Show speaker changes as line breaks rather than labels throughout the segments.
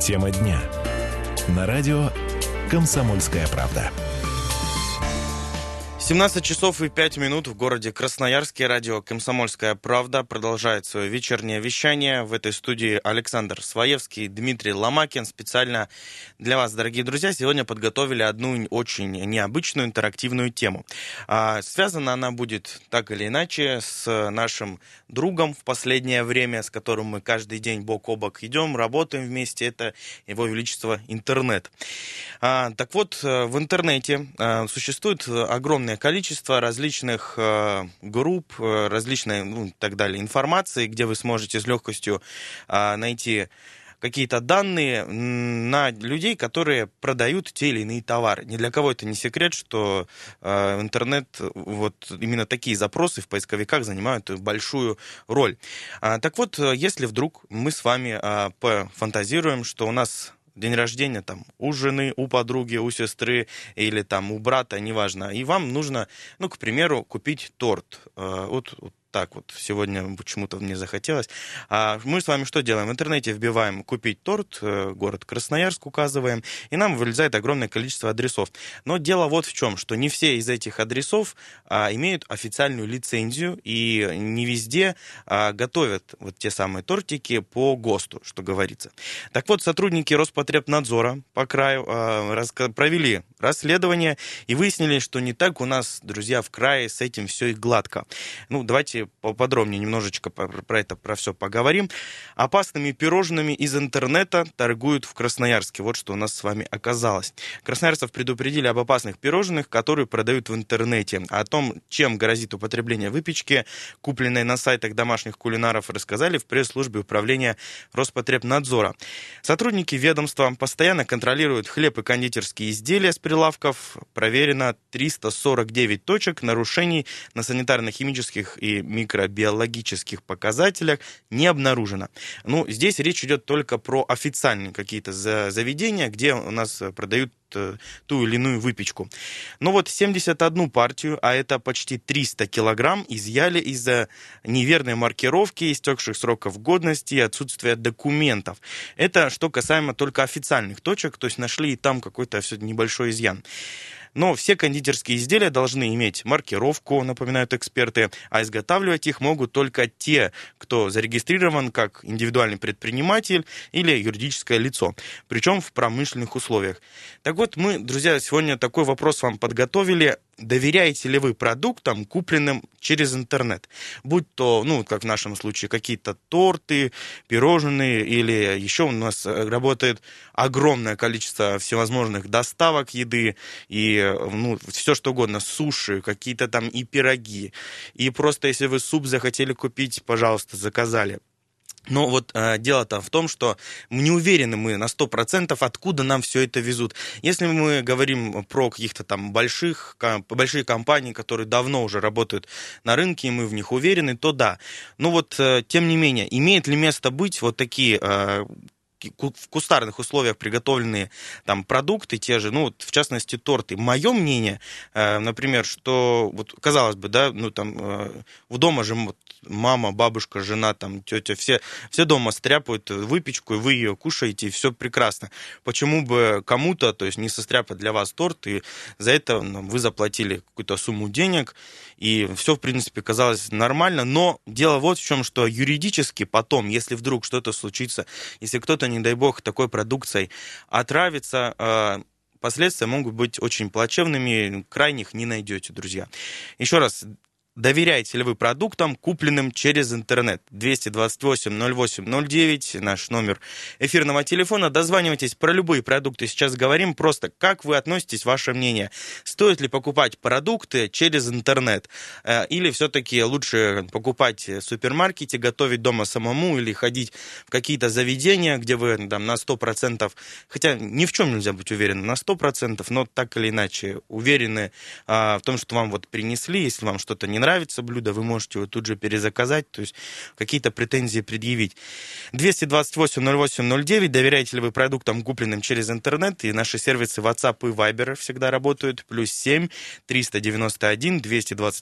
Тема дня. На радио «Комсомольская правда».
17 часов и 5 минут в городе Красноярске. Радио «Комсомольская правда» продолжает свое вечернее вещание. В этой студии Александр Своевский, Дмитрий Ломакин. Специально для вас, дорогие друзья, сегодня подготовили одну очень необычную интерактивную тему. Связана она будет так или иначе с нашим другом в последнее время, с которым мы каждый день бок о бок идем, работаем вместе. Это Его Величество интернет. Так вот, в интернете существует огромное количество различных групп, различной, так далее, информации, где вы сможете с легкостью найти какие-то данные на людей, которые продают те или иные товары. Ни для кого это не секрет, что интернет, вот именно такие запросы в поисковиках занимают большую роль. Так вот, если вдруг мы с вами пофантазируем, что у нас день рождения там у жены, у подруги, у сестры или там у брата, неважно. И вам нужно, к примеру, купить торт. Вот так вот сегодня почему-то мне захотелось. Мы с вами что делаем? В интернете вбиваем «купить торт», город Красноярск указываем, и нам вылезает огромное количество адресов. Но дело вот в чем, что не все из этих адресов имеют официальную лицензию, и не везде готовят вот те самые тортики по ГОСТу, что говорится. Так вот, сотрудники Роспотребнадзора по краю провели расследование и выяснили, что не так у нас, друзья, в крае с этим все и гладко. Давайте поподробнее немножечко про все поговорим. Опасными пирожными из интернета торгуют в Красноярске. Вот что у нас с вами оказалось. Красноярцев предупредили об опасных пирожных, которые продают в интернете. О том, чем грозит употребление выпечки, купленной на сайтах домашних кулинаров, рассказали в пресс-службе управления Роспотребнадзора. Сотрудники ведомства постоянно контролируют хлеб и кондитерские изделия с прилавков. Проверено 349 точек, нарушений на санитарно-химических и микробиологических показателях не обнаружено. Здесь речь идет только про официальные какие-то заведения, где у нас продают ту или иную выпечку. 71 партию, а это почти 300 килограмм, изъяли из-за неверной маркировки, истекших сроков годности и отсутствия документов. Это что касаемо только официальных точек, то есть нашли и там какой-то все небольшой изъян. Но все кондитерские изделия должны иметь маркировку, напоминают эксперты, а изготавливать их могут только те, кто зарегистрирован как индивидуальный предприниматель или юридическое лицо, причем в промышленных условиях. Так вот, мы, друзья, сегодня такой вопрос вам подготовили. Доверяете ли вы продуктам, купленным через интернет? Будь то, как в нашем случае, какие-то торты, пирожные, или еще у нас работает огромное количество всевозможных доставок еды, и все что угодно, суши, какие-то там и пироги. И просто если вы суп захотели купить, пожалуйста, заказали. Но вот дело-то в том, что не уверены мы на 100%, откуда нам все это везут. Если мы говорим про каких-то там большие компании, которые давно уже работают на рынке, и мы в них уверены, то да. Но тем не менее, имеет ли место быть вот такие в кустарных условиях приготовленные там продукты, те же, в частности, торты. Мое мнение, например, что, казалось бы, да, в дома же мама, бабушка, жена, там, тетя, все дома стряпают выпечку, и вы ее кушаете, и все прекрасно. Почему бы кому-то, то есть не состряпать для вас торт, и за это вы заплатили какую-то сумму денег, и все, в принципе, казалось нормально, но дело вот в чем, что юридически потом, если вдруг что-то случится, если кто-то, не дай бог, такой продукцией отравится, последствия могут быть очень плачевными, крайних не найдете, друзья. Еще раз, доверяете ли вы продуктам, купленным через интернет? 228-08-09, наш номер эфирного телефона. Дозванивайтесь, про любые продукты сейчас говорим. Просто как вы относитесь, ваше мнение? Стоит ли покупать продукты через интернет? Или все-таки лучше покупать в супермаркете, готовить дома самому или ходить в какие-то заведения, где вы там на 100%, хотя ни в чем нельзя быть уверенным на 100%, но так или иначе уверены в том, что вам принесли, если вам что-то не нравится блюдо, вы можете его тут же перезаказать, то есть какие-то претензии предъявить. 228-08-09, доверяете ли вы продуктам, купленным через интернет, и наши сервисы WhatsApp и Viber всегда работают, +7 391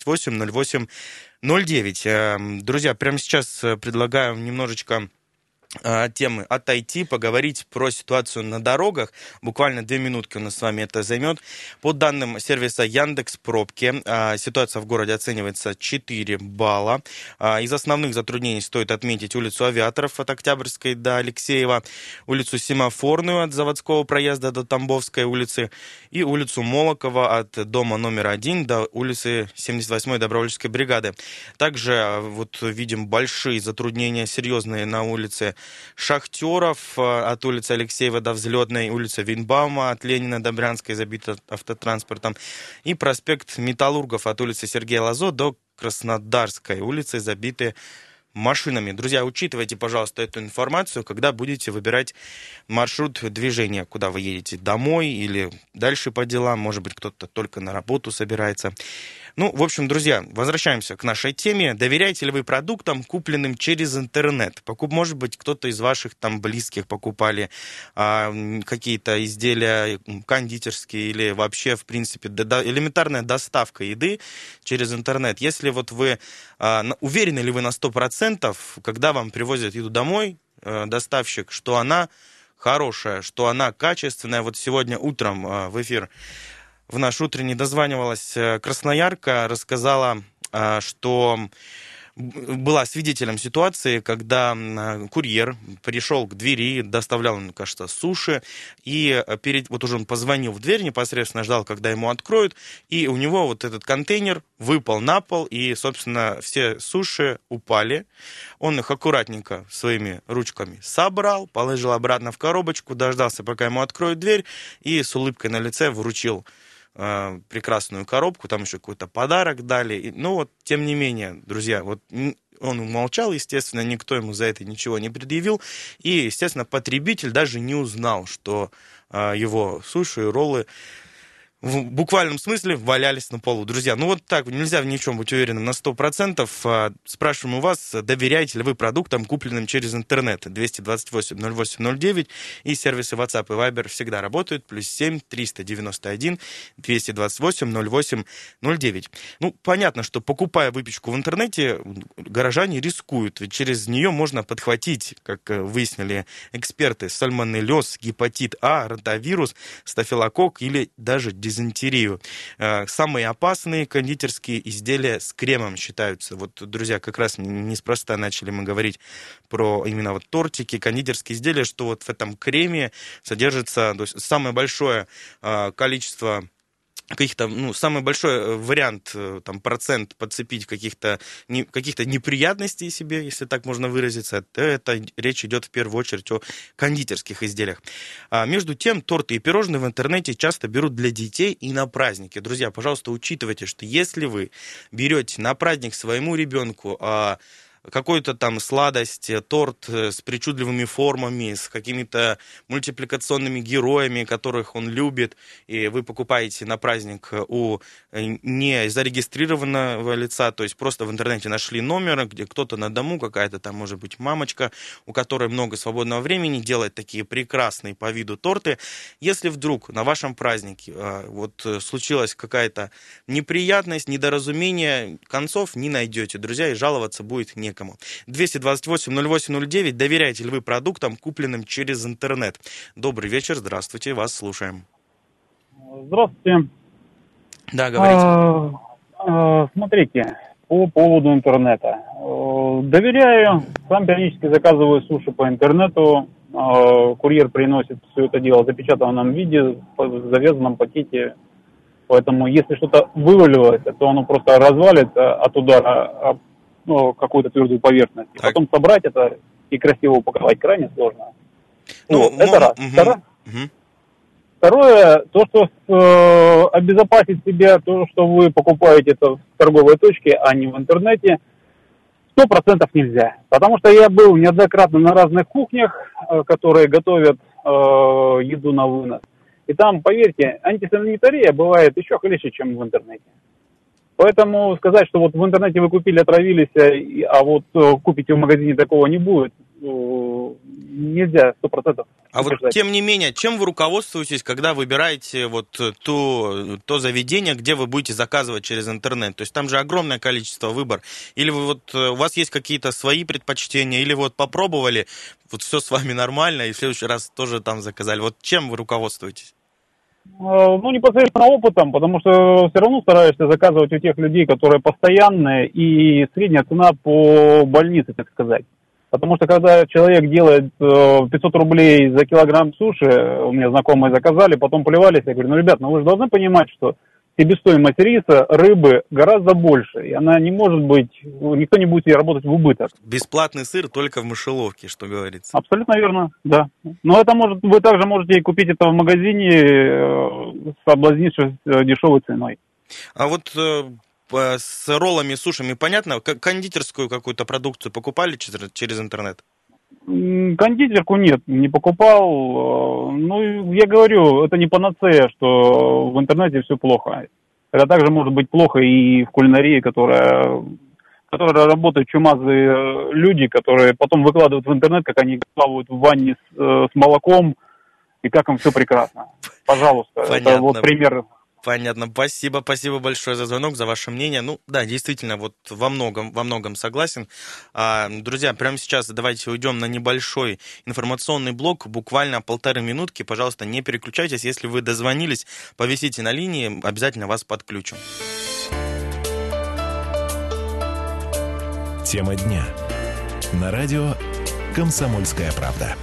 228 08 09. Друзья, прямо сейчас предлагаю немножечко темы отойти, поговорить про ситуацию на дорогах. Буквально 2 минутки у нас с вами это займет. По данным сервиса Яндекс.Пробки, ситуация в городе оценивается 4 балла. Из основных затруднений стоит отметить улицу Авиаторов от Октябрьской до Алексеева, улицу Семафорную от Заводского проезда до Тамбовской улицы и улицу Молокова от дома номер 1 до улицы 78-й добровольческой бригады. Также вот видим большие затруднения, серьезные на улице Шахтеров от улицы Алексеева до Взлетной, улица Винбаума от Ленина до Брянской забита автотранспортом и проспект Металлургов от улицы Сергея Лазо до Краснодарской улицы забиты машинами. Друзья, учитывайте, пожалуйста, эту информацию, когда будете выбирать маршрут движения, куда вы едете, домой или дальше по делам, может быть, кто-то только на работу собирается. Ну, в общем, друзья, возвращаемся к нашей теме. Доверяете ли вы продуктам, купленным через интернет? Может быть, кто-то из ваших там близких покупали какие-то изделия кондитерские или вообще, в принципе, элементарная доставка еды через интернет. Если вот вы уверены ли вы на 100%, когда вам привозят еду домой, доставщик, что она хорошая, что она качественная? Вот сегодня утром в эфир в наш утренний дозванивалась красноярка, рассказала, что была свидетелем ситуации, когда курьер пришел к двери, доставлял, мне кажется, суши, и вот уже он позвонил в дверь, непосредственно ждал, когда ему откроют, и у него вот этот контейнер выпал на пол, и, собственно, все суши упали. Он их аккуратненько своими ручками собрал, положил обратно в коробочку, дождался, пока ему откроют дверь, и с улыбкой на лице вручил прекрасную коробку, там еще какой-то подарок дали. Но вот, тем не менее, друзья, вот он умолчал, естественно, никто ему за это ничего не предъявил. И, естественно, потребитель даже не узнал, что его суши и роллы в буквальном смысле валялись на полу. Друзья, ну вот так, нельзя в ничем быть уверенным на 100%. Спрашиваем у вас, доверяете ли вы продуктам, купленным через интернет? 228-08-09 и сервисы WhatsApp и Viber всегда работают. +7 391 228 08-09. Ну, понятно, что покупая выпечку в интернете, горожане рискуют, ведь через нее можно подхватить, как выяснили эксперты, сальмонеллез, гепатит А, ротавирус, стафилококк или даже дизентерию. Самые опасные кондитерские изделия с кремом считаются. Вот, друзья, как раз неспроста начали мы говорить про именно вот тортики, кондитерские изделия, что вот в этом креме содержится, то есть, самое большое количество каких-то, самый большой вариант, там, процент подцепить каких-то неприятностей себе, если так можно выразиться, это речь идет в первую очередь о кондитерских изделиях. Между тем, торты и пирожные в интернете часто берут для детей и на праздники. Друзья, пожалуйста, учитывайте, что если вы берете на праздник своему ребенку какую-то там сладость, торт с причудливыми формами, с какими-то мультипликационными героями, которых он любит, и вы покупаете на праздник у не зарегистрированного лица, то есть просто в интернете нашли номер, где кто-то на дому, какая-то там, может быть, мамочка, у которой много свободного времени, делает такие прекрасные по виду торты. Если вдруг на вашем празднике вот случилась какая-то неприятность, недоразумение, концов не найдете, друзья, и жаловаться будет некому. 228-08-09. Доверяете ли вы продуктам, купленным через интернет? Добрый вечер, здравствуйте, вас слушаем.
Здравствуйте.
Да, говорите.
Смотрите, по поводу интернета. Доверяю, сам периодически заказываю суши по интернету. Курьер приносит все это дело в запечатанном виде, в завязанном пакете. Поэтому, если что-то вываливается, то оно просто развалится от удара какую-то твердую поверхность. И потом собрать это и красиво упаковать крайне сложно. Это раз. Второе, то, что обезопасить себя, то, что вы покупаете это в торговой точке, а не в интернете, 100% нельзя. Потому что я был неоднократно на разных кухнях, которые готовят еду на вынос. И там, поверьте, антисанитария бывает еще хлеще, чем в интернете. Поэтому сказать, что вот в интернете вы купили, отравились, а вот купите в магазине, такого не будет, нельзя 100%.
А вот тем не менее, чем вы руководствуетесь, когда выбираете вот то заведение, где вы будете заказывать через интернет? То есть там же огромное количество выбор. Или вы вот у вас есть какие-то свои предпочтения, или вот попробовали, вот все с вами нормально, и в следующий раз тоже там заказали. Вот чем вы руководствуетесь?
Ну, непосредственно опытом, потому что все равно стараешься заказывать у тех людей, которые постоянные, и средняя цена по больнице, так сказать. Потому что когда человек делает 500 рублей за килограмм суши, у меня знакомые заказали, потом плевались, я говорю, ну, ребят, ну вы же должны понимать, что себестоимость риса, рыбы гораздо больше, и она не может быть, никто не будет ей работать в убыток.
Бесплатный сыр только в мышеловке, что говорится.
Абсолютно верно, да. Но это может, вы также можете купить это в магазине, соблазнившись дешевой ценой.
А вот с роллами, сушами, понятно, кондитерскую какую-то продукцию покупали через интернет?
Кондитерку нет, не покупал. Ну, я говорю, это не панацея, что в интернете все плохо. Это также может быть плохо и в кулинарии, которая работают чумазые люди, которые потом выкладывают в интернет, как они плавают в ванне с молоком, и как им все прекрасно. Пожалуйста,
понятно.
Это вот пример.
Понятно, спасибо большое за звонок, за ваше мнение. Ну, да, действительно, вот во многом согласен. Друзья, прямо сейчас давайте уйдем на небольшой информационный блок, буквально 1,5 минутки. Пожалуйста, не переключайтесь. Если вы дозвонились, повисите на линии, обязательно вас подключим.
Тема дня. На радио «Комсомольская правда».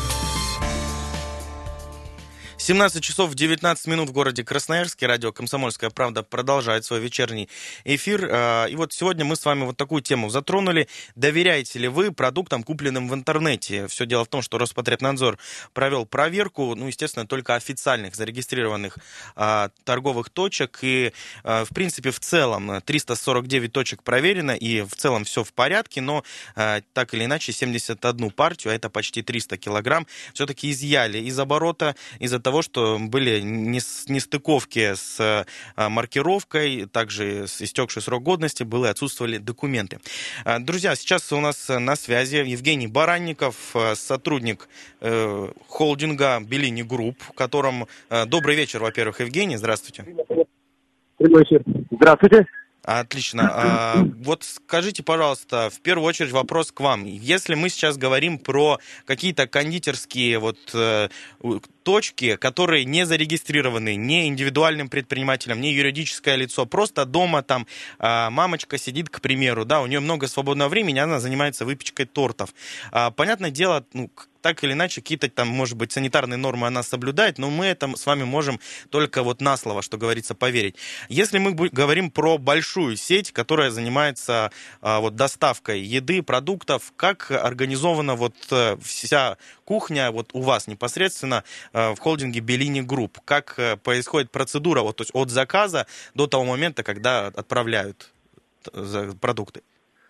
17 часов 19 минут в городе Красноярске. Радио «Комсомольская правда» продолжает свой вечерний эфир. И вот сегодня мы с вами вот такую тему затронули. Доверяете ли вы продуктам, купленным в интернете? Все дело в том, что Роспотребнадзор провел проверку, ну, естественно, только официальных, зарегистрированных торговых точек. И, в принципе, в целом 349 точек проверено, и в целом все в порядке, но так или иначе 71 партию, а это почти 300 килограмм, все-таки изъяли из оборота из-за того, что были нестыковки с маркировкой, также истекший срок годности, отсутствовали документы. Друзья, сейчас у нас на связи Евгений Баранников, сотрудник холдинга Беллини Групп, в котором... Добрый вечер, во-первых, Евгений, здравствуйте.
Прямой эфир. Здравствуйте.
Отлично. Вот скажите, пожалуйста, в первую очередь вопрос к вам. Если мы сейчас говорим про какие-то кондитерские точки, которые не зарегистрированы ни индивидуальным предпринимателем, ни юридическое лицо, просто дома там мамочка сидит, к примеру, да, у нее много свободного времени, она занимается выпечкой тортов. Понятное дело, так или иначе, какие-то там, может быть, санитарные нормы она соблюдает, но мы это с вами можем только вот на слово, что говорится, поверить. Если мы говорим про большую сеть, которая занимается доставкой еды, продуктов, как организована вся кухня у вас непосредственно в холдинге Беллини Групп? Как происходит процедура то есть от заказа до того момента, когда отправляют продукты?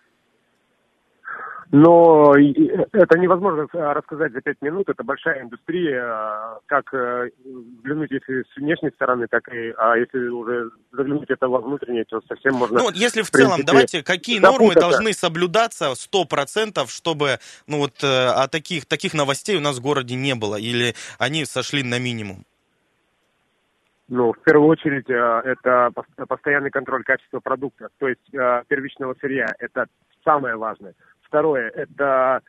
Но это невозможно рассказать за 5 минут. Это большая индустрия. Как взглянуть, если с внешней стороны, так и... А если уже заглянуть это во внутреннее, то совсем можно...
Если в целом, давайте, какие нормы должны соблюдаться 100%, чтобы таких новостей у нас в городе не было? Или они сошли на минимум?
В первую очередь, это постоянный контроль качества продукта, то есть первичного сырья. Это самое важное. Второе, это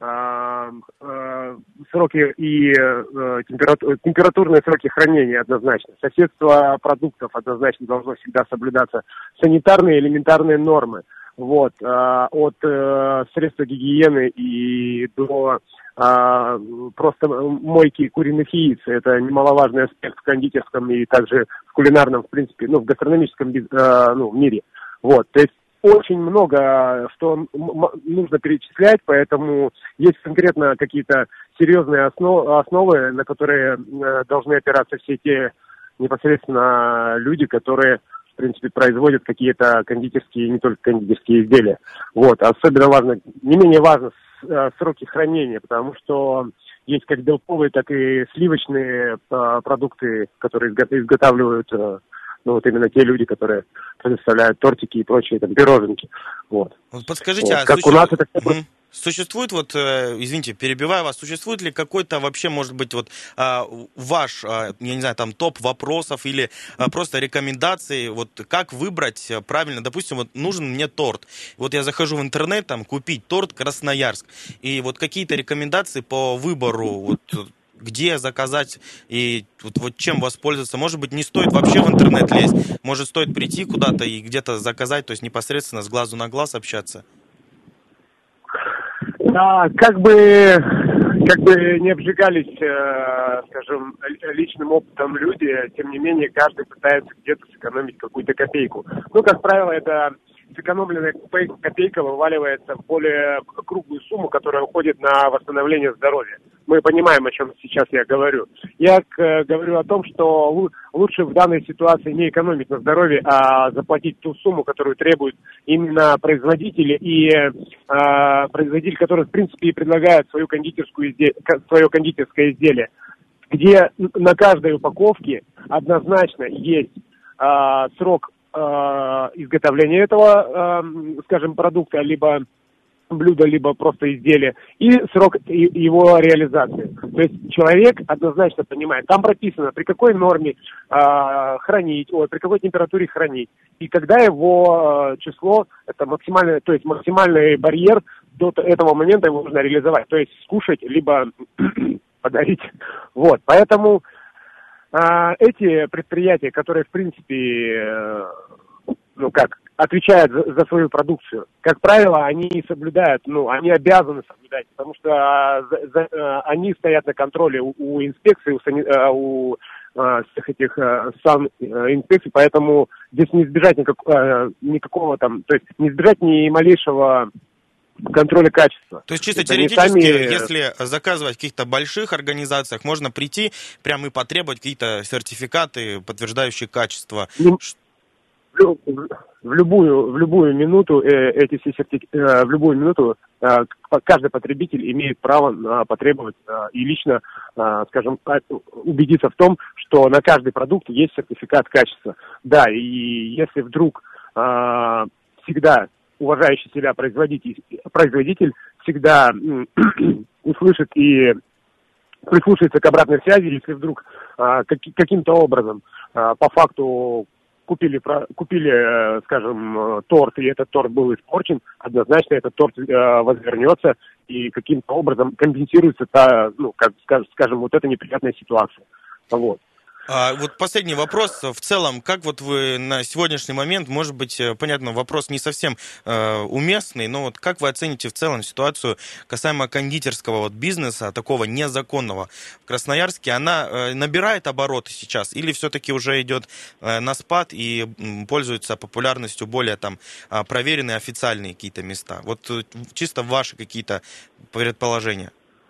сроки и температурные сроки хранения однозначно. Соседство продуктов однозначно должно всегда соблюдаться. Санитарные элементарные нормы. От средств гигиены и до просто мойки куриных яиц. Это немаловажный аспект в кондитерском и также в кулинарном, в принципе, в гастрономическом мире. То есть очень много, что нужно перечислять, поэтому есть конкретно какие-то серьезные основы, на которые должны опираться все те непосредственно люди, которые, в принципе, производят какие-то кондитерские, не только кондитерские изделия. Особенно важно, не менее важно сроки хранения, потому что есть как белковые, так и сливочные продукты, которые изготавливают именно те люди, которые предоставляют тортики и прочие пироженки.
Подскажите,
как у нас это
Существует вот, извините, перебиваю вас, существует ли какой-то вообще, может быть, вот ваш, я не знаю, там топ вопросов или просто рекомендации, вот как выбрать правильно, допустим, вот нужен мне торт, вот я захожу в интернет, там, купить торт Красноярск, и вот какие-то рекомендации по выбору, вот где заказать и вот чем воспользоваться. Может быть, не стоит вообще в интернет лезть, может, стоит прийти куда-то и где-то заказать, то есть непосредственно с глазу на глаз общаться.
Как бы не обжигались, скажем, личным опытом люди, тем не менее каждый пытается где-то сэкономить какую-то копейку. Ну, как правило, это сэкономленная копейка вываливается в более круглую сумму, которая уходит на восстановление здоровья. Мы понимаем, о чем сейчас я говорю. Я говорю о том, что лучше в данной ситуации не экономить на здоровье, а заплатить ту сумму, которую требуют именно производители и производитель, который, в принципе, и предлагает свое кондитерское изделие, где на каждой упаковке однозначно есть срок изготовления этого, скажем, продукта, либо блюда, либо просто изделия, и срок его реализации. То есть человек однозначно понимает, там прописано, при какой норме хранить, при какой температуре хранить, и когда его число, это максимальный, то есть максимальный барьер до этого момента его нужно реализовать, то есть скушать, либо подарить. Вот, поэтому эти предприятия, которые, в принципе, отвечают за свою продукцию, как правило, они соблюдают, они обязаны соблюдать, потому что они стоят на контроле у инспекции, у всех этих санинспекций, поэтому здесь не избежать никакого там, то есть не избежать ни малейшего контроля качества.
То есть чисто теоретически, если заказывать в каких-то больших организациях, можно прийти прямо и потребовать какие-то сертификаты, подтверждающие качество.
В любую минуту каждый потребитель имеет право потребовать и лично, скажем, убедиться в том, что на каждый продукт есть сертификат качества. Да, и если вдруг всегда уважающий себя производитель всегда услышит и прислушается к обратной связи, если вдруг каким-то образом по факту купили, скажем, торт, и этот торт был испорчен, однозначно этот торт возвернется и каким-то образом компенсируется скажем, вот эта неприятная ситуация. Вот.
Вот последний вопрос. В целом, как вот вы на сегодняшний момент, может быть, понятно, вопрос не совсем уместный, но вот как вы оцените в целом ситуацию касаемо кондитерского бизнеса, такого незаконного в Красноярске? Она набирает обороты сейчас или все-таки уже идет на спад и пользуется популярностью более там проверенные официальные какие-то места? Вот чисто ваши какие-то предположения.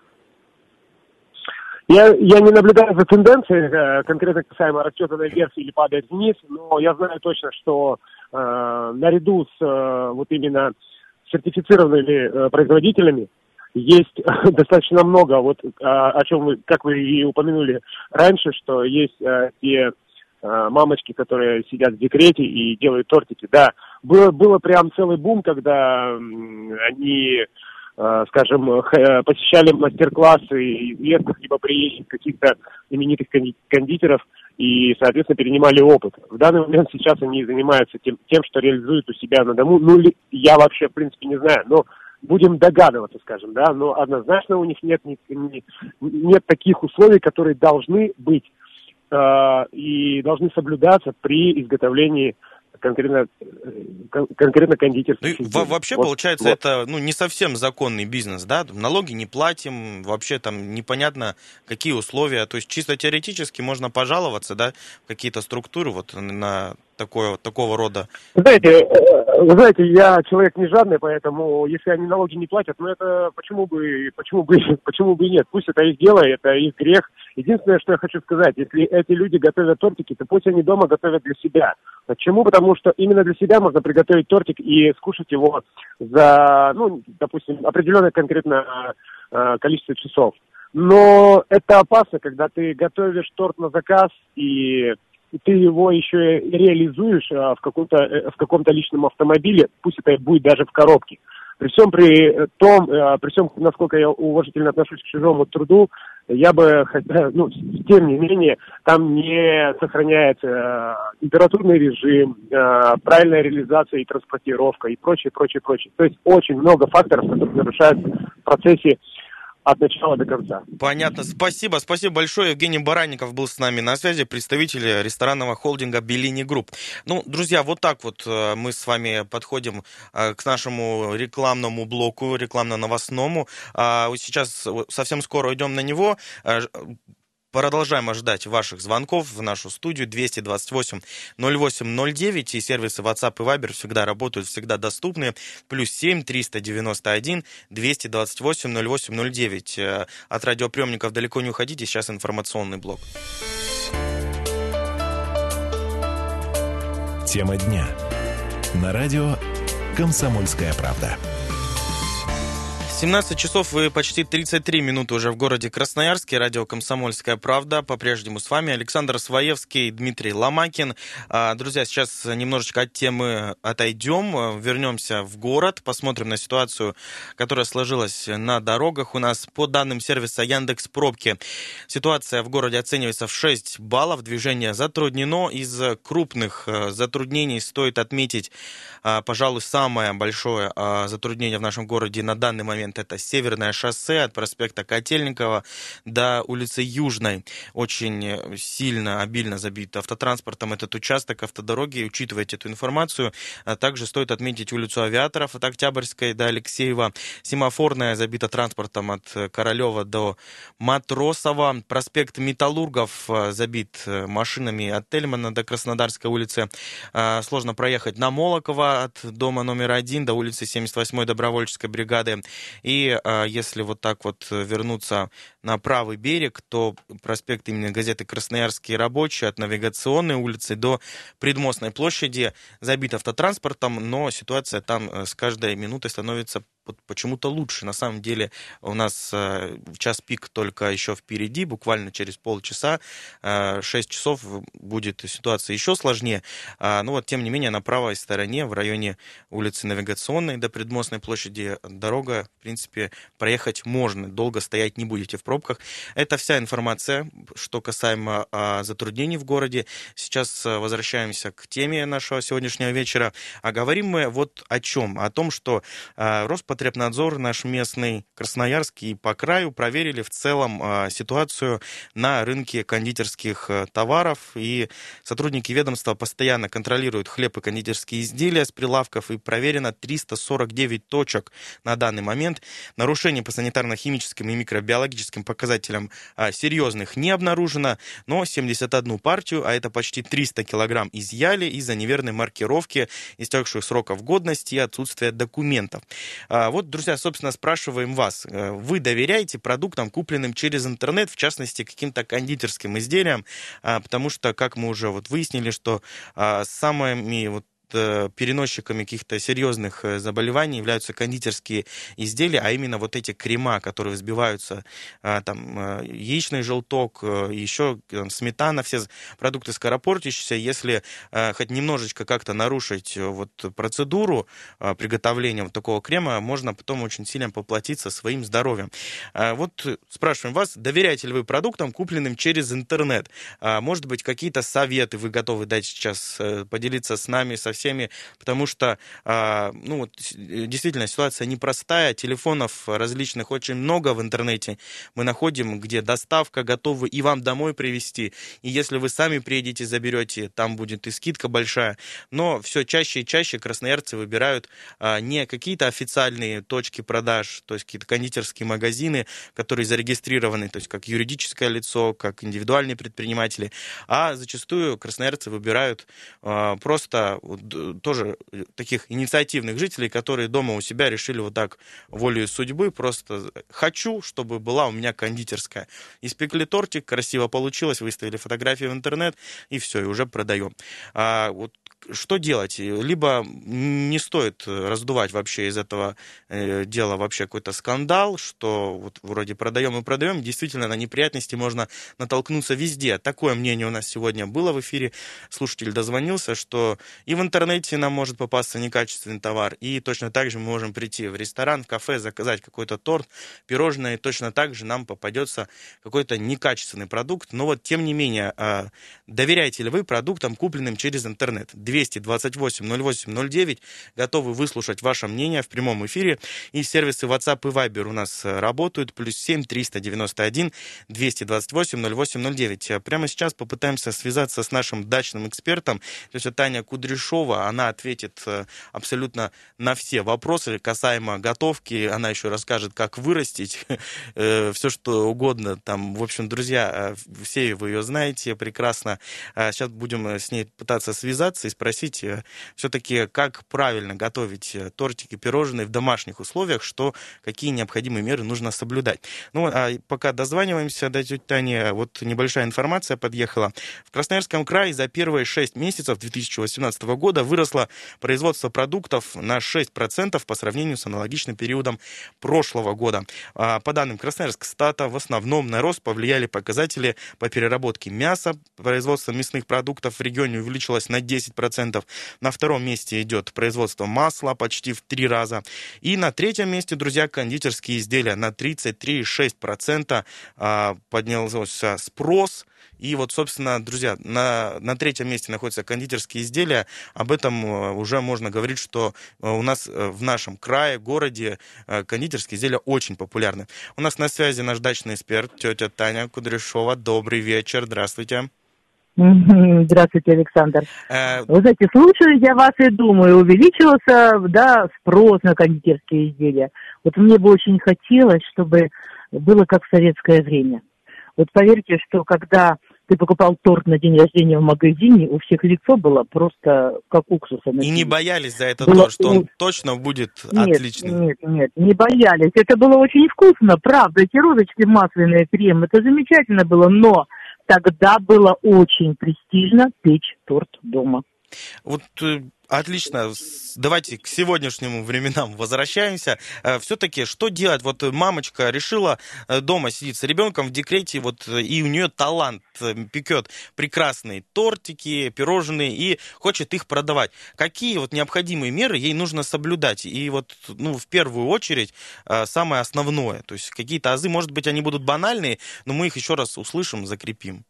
Я не наблюдаю за тенденцией, конкретно касаемо расчета наверх или падает вниз, но я знаю точно, что наряду с вот именно сертифицированными производителями есть достаточно много, вот о чем вы, как вы и упомянули раньше, что есть те мамочки, которые сидят в декрете и делают тортики. Да, было прям целый бум, когда они, скажем, посещали мастер-классы известных либо приезжих каких-то знаменитых кондитеров и, соответственно, перенимали опыт. В данный момент сейчас они занимаются тем, что реализуют у себя на дому. Я вообще, в принципе, не знаю, но будем догадываться, скажем, да, но однозначно у них нет таких условий, которые должны быть и должны соблюдаться при изготовлении конкретно кондитерских изделий.
Вообще, получается, это не совсем законный бизнес, да? Налоги не платим, вообще там непонятно, какие условия. То есть чисто теоретически можно пожаловаться, да, в какие-то структуры вот на такого рода.
Вы знаете, я человек не жадный, поэтому если они налоги не платят, это почему бы и нет? Пусть это их дело, это их грех. Единственное, что я хочу сказать, если эти люди готовят тортики, то пусть они дома готовят для себя. Почему? Потому что именно для себя можно приготовить тортик и скушать его за, допустим, определенное конкретно количество часов. Но это опасно, когда ты готовишь торт на заказ и ты его еще реализуешь в каком-то личном автомобиле, пусть это будет даже в коробке. При всем, насколько я уважительно отношусь к чужому труду, я бы, тем не менее, там не сохраняется температурный режим, правильная реализация и транспортировка и прочее. То есть очень много факторов, которые нарушают в процессе от начала до конца.
Понятно. Спасибо большое. Евгений Баранников был с нами на связи, представитель ресторанного холдинга «Беллини Групп». Ну, друзья, вот так вот мы с вами подходим к нашему рекламному блоку, рекламно-новостному. Сейчас совсем скоро уйдем на него. Продолжаем ожидать ваших звонков в нашу студию 228-08-09, и сервисы WhatsApp и Viber всегда работают, всегда доступны. +7 391 228 0809. От радиоприемников далеко не уходите, сейчас информационный блок.
Тема дня. На радио «Комсомольская правда».
17 часов и почти 33 минуты уже в городе Красноярске. Радио «Комсомольская правда». По-прежнему с вами Александр Своевский, Дмитрий Ломакин. Друзья, сейчас немножечко от темы отойдем. Вернемся в город, посмотрим на ситуацию, которая сложилась на дорогах. У нас по данным сервиса Яндекс.Пробки ситуация в городе оценивается в 6 баллов. Движение затруднено. Из крупных затруднений стоит отметить, пожалуй, самое большое затруднение в нашем городе на данный момент. Это Северное шоссе от проспекта Котельникова до улицы Южной. Очень сильно, обильно забит автотранспортом этот участок автодороги. Учитывайте эту информацию. Также стоит отметить улицу Авиаторов от Октябрьской до Алексеева. Семафорная забита транспортом от Королева до Матросова. Проспект Металлургов забит машинами от Тельмана до Краснодарской улицы. Сложно проехать на Молокова от дома номер 1 до улицы 78-й добровольческой бригады. И если вот так вот вернуться на правый берег, то проспект имени газеты «Красноярские рабочие» от Навигационной улицы до Предмостной площади забит автотранспортом, но ситуация там с каждой минутой становится почему-то лучше. На самом деле у нас час пик только еще впереди, буквально через полчаса, 6 часов будет ситуация еще сложнее. Но вот, тем не менее, на правой стороне, в районе улицы Навигационной до Предмостной площади, дорога, в принципе, проехать можно. Долго стоять не будете в пробках. Это вся информация, что касаемо затруднений в городе. Сейчас возвращаемся к теме нашего сегодняшнего вечера. А говорим мы вот о чем. О том, что Роспотребнадзор, наш местный, красноярский и по краю проверили в целом ситуацию на рынке кондитерских товаров. И сотрудники ведомства постоянно контролируют хлеб и кондитерские изделия с прилавков. И проверено 349 точек на данный момент. Нарушений по санитарно-химическим и микробиологическим показателям серьезных не обнаружено. Но 71 партию, а это почти 300 килограмм, изъяли из-за неверной маркировки, истекших сроков годности и отсутствия документов. Вот, друзья, собственно, спрашиваем вас. Вы доверяете продуктам, купленным через интернет, в частности, каким-то кондитерским изделиям? Потому что, как мы уже вот выяснили, что самыми вот переносчиками каких-то серьезных заболеваний являются кондитерские изделия, а именно вот эти крема, которые взбиваются, там, яичный желток, еще сметана, все продукты скоропортящиеся. Если хоть немножечко как-то нарушить вот процедуру приготовления вот такого крема, можно потом очень сильно поплатиться своим здоровьем. Вот спрашиваем вас, доверяете ли вы продуктам, купленным через интернет? Может быть, какие-то советы вы готовы дать сейчас, поделиться с нами, со всеми, потому что, ну, вот, действительно, ситуация непростая, телефонов различных очень много в интернете мы находим, где доставка готовы и вам домой привезти, и если вы сами приедете, заберете, там будет и скидка большая, но все чаще и чаще красноярцы выбирают не какие-то официальные точки продаж, то есть какие-то кондитерские магазины, которые зарегистрированы, то есть как юридическое лицо, как индивидуальные предприниматели, а зачастую красноярцы выбирают просто тоже таких инициативных жителей, которые дома у себя решили вот так волею судьбы, просто хочу, чтобы была у меня кондитерская. Испекли тортик, красиво получилось, выставили фотографии в интернет, и все, и уже продаем. Вот что делать? Либо не стоит раздувать вообще из этого дела вообще какой-то скандал, что вот вроде продаем и продаем, действительно на неприятности можно натолкнуться везде. Такое мнение у нас сегодня было в эфире. Слушатель дозвонился, что и в интернете интернете нам может попасться некачественный товар, и точно так же мы можем прийти в ресторан, в кафе, заказать какой-то торт, пирожное, и точно так же нам попадется какой-то некачественный продукт. Но вот, тем не менее, доверяете ли вы продуктам, купленным через интернет? 228-08-09, готовы выслушать ваше мнение в прямом эфире, и сервисы WhatsApp и Viber у нас работают, +7 391 228 0809. Прямо сейчас попытаемся связаться с нашим дачным экспертом. То есть Таня Кудряшова, она ответит абсолютно на все вопросы касаемо готовки. Она еще расскажет, как вырастить все, что угодно. Там, в общем, друзья, все вы ее знаете прекрасно. Сейчас будем с ней пытаться связаться и спросить все-таки, как правильно готовить тортики, пирожные в домашних условиях, какие необходимые меры нужно соблюдать. Ну, а пока дозваниваемся до тети Тани, вот небольшая информация подъехала. В Красноярском крае за первые 6 месяцев 2018 года выросло производство продуктов на 6% по сравнению с аналогичным периодом прошлого года. По данным Красноярскстата, в основном на рост повлияли показатели по переработке мяса. Производство мясных продуктов в регионе увеличилось на 10%. На втором месте идет производство масла почти в 3 раза. И на третьем месте, друзья, кондитерские изделия на 33,6% поднялся спрос. И вот, собственно, друзья, на третьем месте находятся кондитерские изделия. Об этом уже можно говорить, что у нас в нашем крае, городе кондитерские изделия очень популярны. У нас на связи наш дачный эксперт, тетя Таня Кудряшова. Добрый вечер, здравствуйте.
Здравствуйте, Александр. Вы знаете, слушаю я вас и думаю, увеличился, да, спрос на кондитерские изделия. Вот мне бы очень хотелось, чтобы было как в советское время. Вот поверьте, что когда ты покупал торт на день рождения в магазине, у всех лицо было просто как уксуса.
И не боялись за это торт, что он точно будет отличным?
Нет, не боялись. Это было очень вкусно, правда. Эти розочки масляные, крем, это замечательно было, но тогда было очень престижно печь торт дома.
Вот отлично. Давайте к сегодняшним временам возвращаемся. Все-таки что делать? Вот мамочка решила дома сидеть с ребенком в декрете, вот, и у нее талант, пекет прекрасные тортики, пирожные, и хочет их продавать. Какие вот необходимые меры ей нужно соблюдать? И вот, в первую очередь, самое основное. То есть какие-то азы, может быть, они будут банальные, но мы их еще раз услышим, закрепим.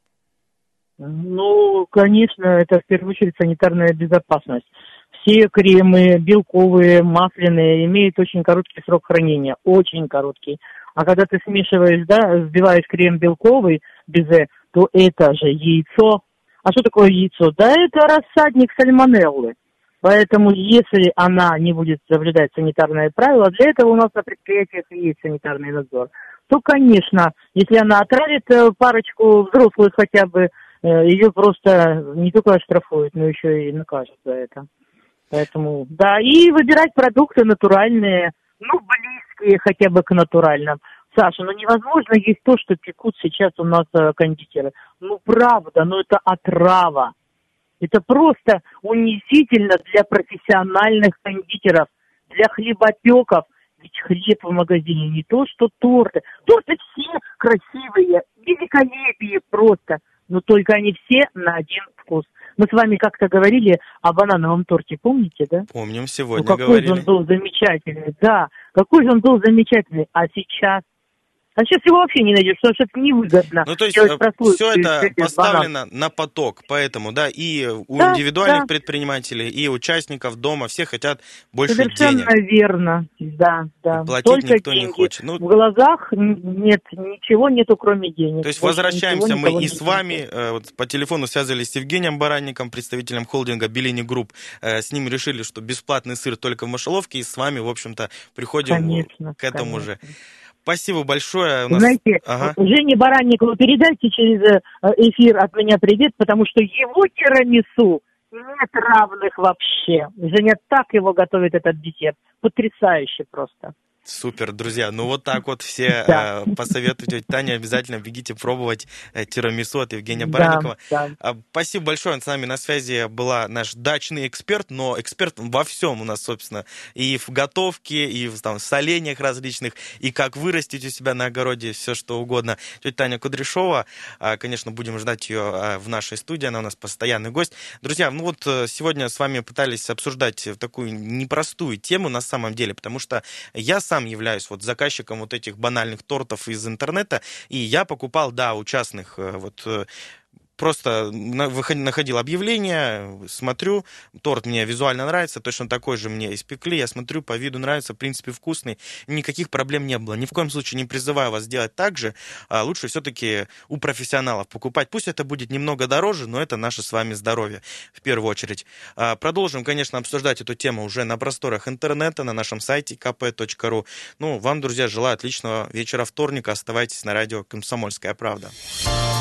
Ну, конечно, это в первую очередь санитарная безопасность. Все кремы, белковые, масляные, имеют очень короткий срок хранения, очень короткий. А когда ты смешиваешь, да, взбиваешь крем белковый, безе, то это же яйцо. А что такое яйцо? Да это рассадник сальмонеллы. Поэтому, если она не будет соблюдать санитарные правила, для этого у нас на предприятиях есть санитарный надзор, то, конечно, если она отравит парочку взрослых хотя бы, ее просто не только оштрафуют, но еще и накажут за это. Поэтому, да, и выбирать продукты натуральные, близкие хотя бы к натуральным. Саша, невозможно есть то, что пекут сейчас у нас кондитеры. Правда, это отрава. Это просто унизительно для профессиональных кондитеров, для хлебопеков. Ведь хлеб в магазине не то, что торты. Торты все красивые, великолепие просто. Но только они все на один вкус. Мы с вами как-то говорили о банановом торте, помните, да?
Помним, сегодня
какой
говорили.
Какой же он был замечательный, да. Какой же он был замечательный. А сейчас его вообще не найдешь, потому что это невыгодно.
То есть все это поставлено на поток, поэтому, да, и у индивидуальных предпринимателей, и участников дома, все хотят больше денег.
Совершенно верно, да.
Платить
только
никто
деньги.
Не хочет.
В глазах ничего нету, кроме денег.
То есть возвращаемся мы и с вами, по телефону связывались с Евгением Баранником, представителем холдинга Беллини Групп. С ним решили, что бесплатный сыр только в мышеловке, и с вами, в общем-то, приходим к этому же. Спасибо большое.
Знаете, Жене Баранникову передайте через эфир от меня привет, потому что его тирамису нет равных вообще. Женя так его готовит, этот десерт. Потрясающе просто.
Супер, друзья. Ну вот так вот все
Да.
посоветуйте Тане, обязательно бегите пробовать тирамису от Евгения
Да,
Баранникова.
да.
Спасибо большое. С нами на связи была наш дачный эксперт, но эксперт во всем у нас, собственно, и в готовке, и в соленьях различных, и как вырастить у себя на огороде, все что угодно. Тетя Таня Кудряшова, конечно, будем ждать ее в нашей студии, она у нас постоянный гость. Друзья, ну вот сегодня с вами пытались обсуждать такую непростую тему на самом деле, потому что я сам являюсь вот заказчиком вот этих банальных тортов из интернета, и я покупал, да, у частных просто находил объявление, смотрю, торт мне визуально нравится, точно такой же мне испекли, я смотрю, по виду нравится, в принципе, вкусный, никаких проблем не было. Ни в коем случае не призываю вас делать так же, лучше все-таки у профессионалов покупать. Пусть это будет немного дороже, но это наше с вами здоровье, в первую очередь. Продолжим, конечно, обсуждать эту тему уже на просторах интернета, на нашем сайте kp.ru. Ну, вам, друзья, желаю отличного вечера вторника, оставайтесь на радио «Комсомольская правда».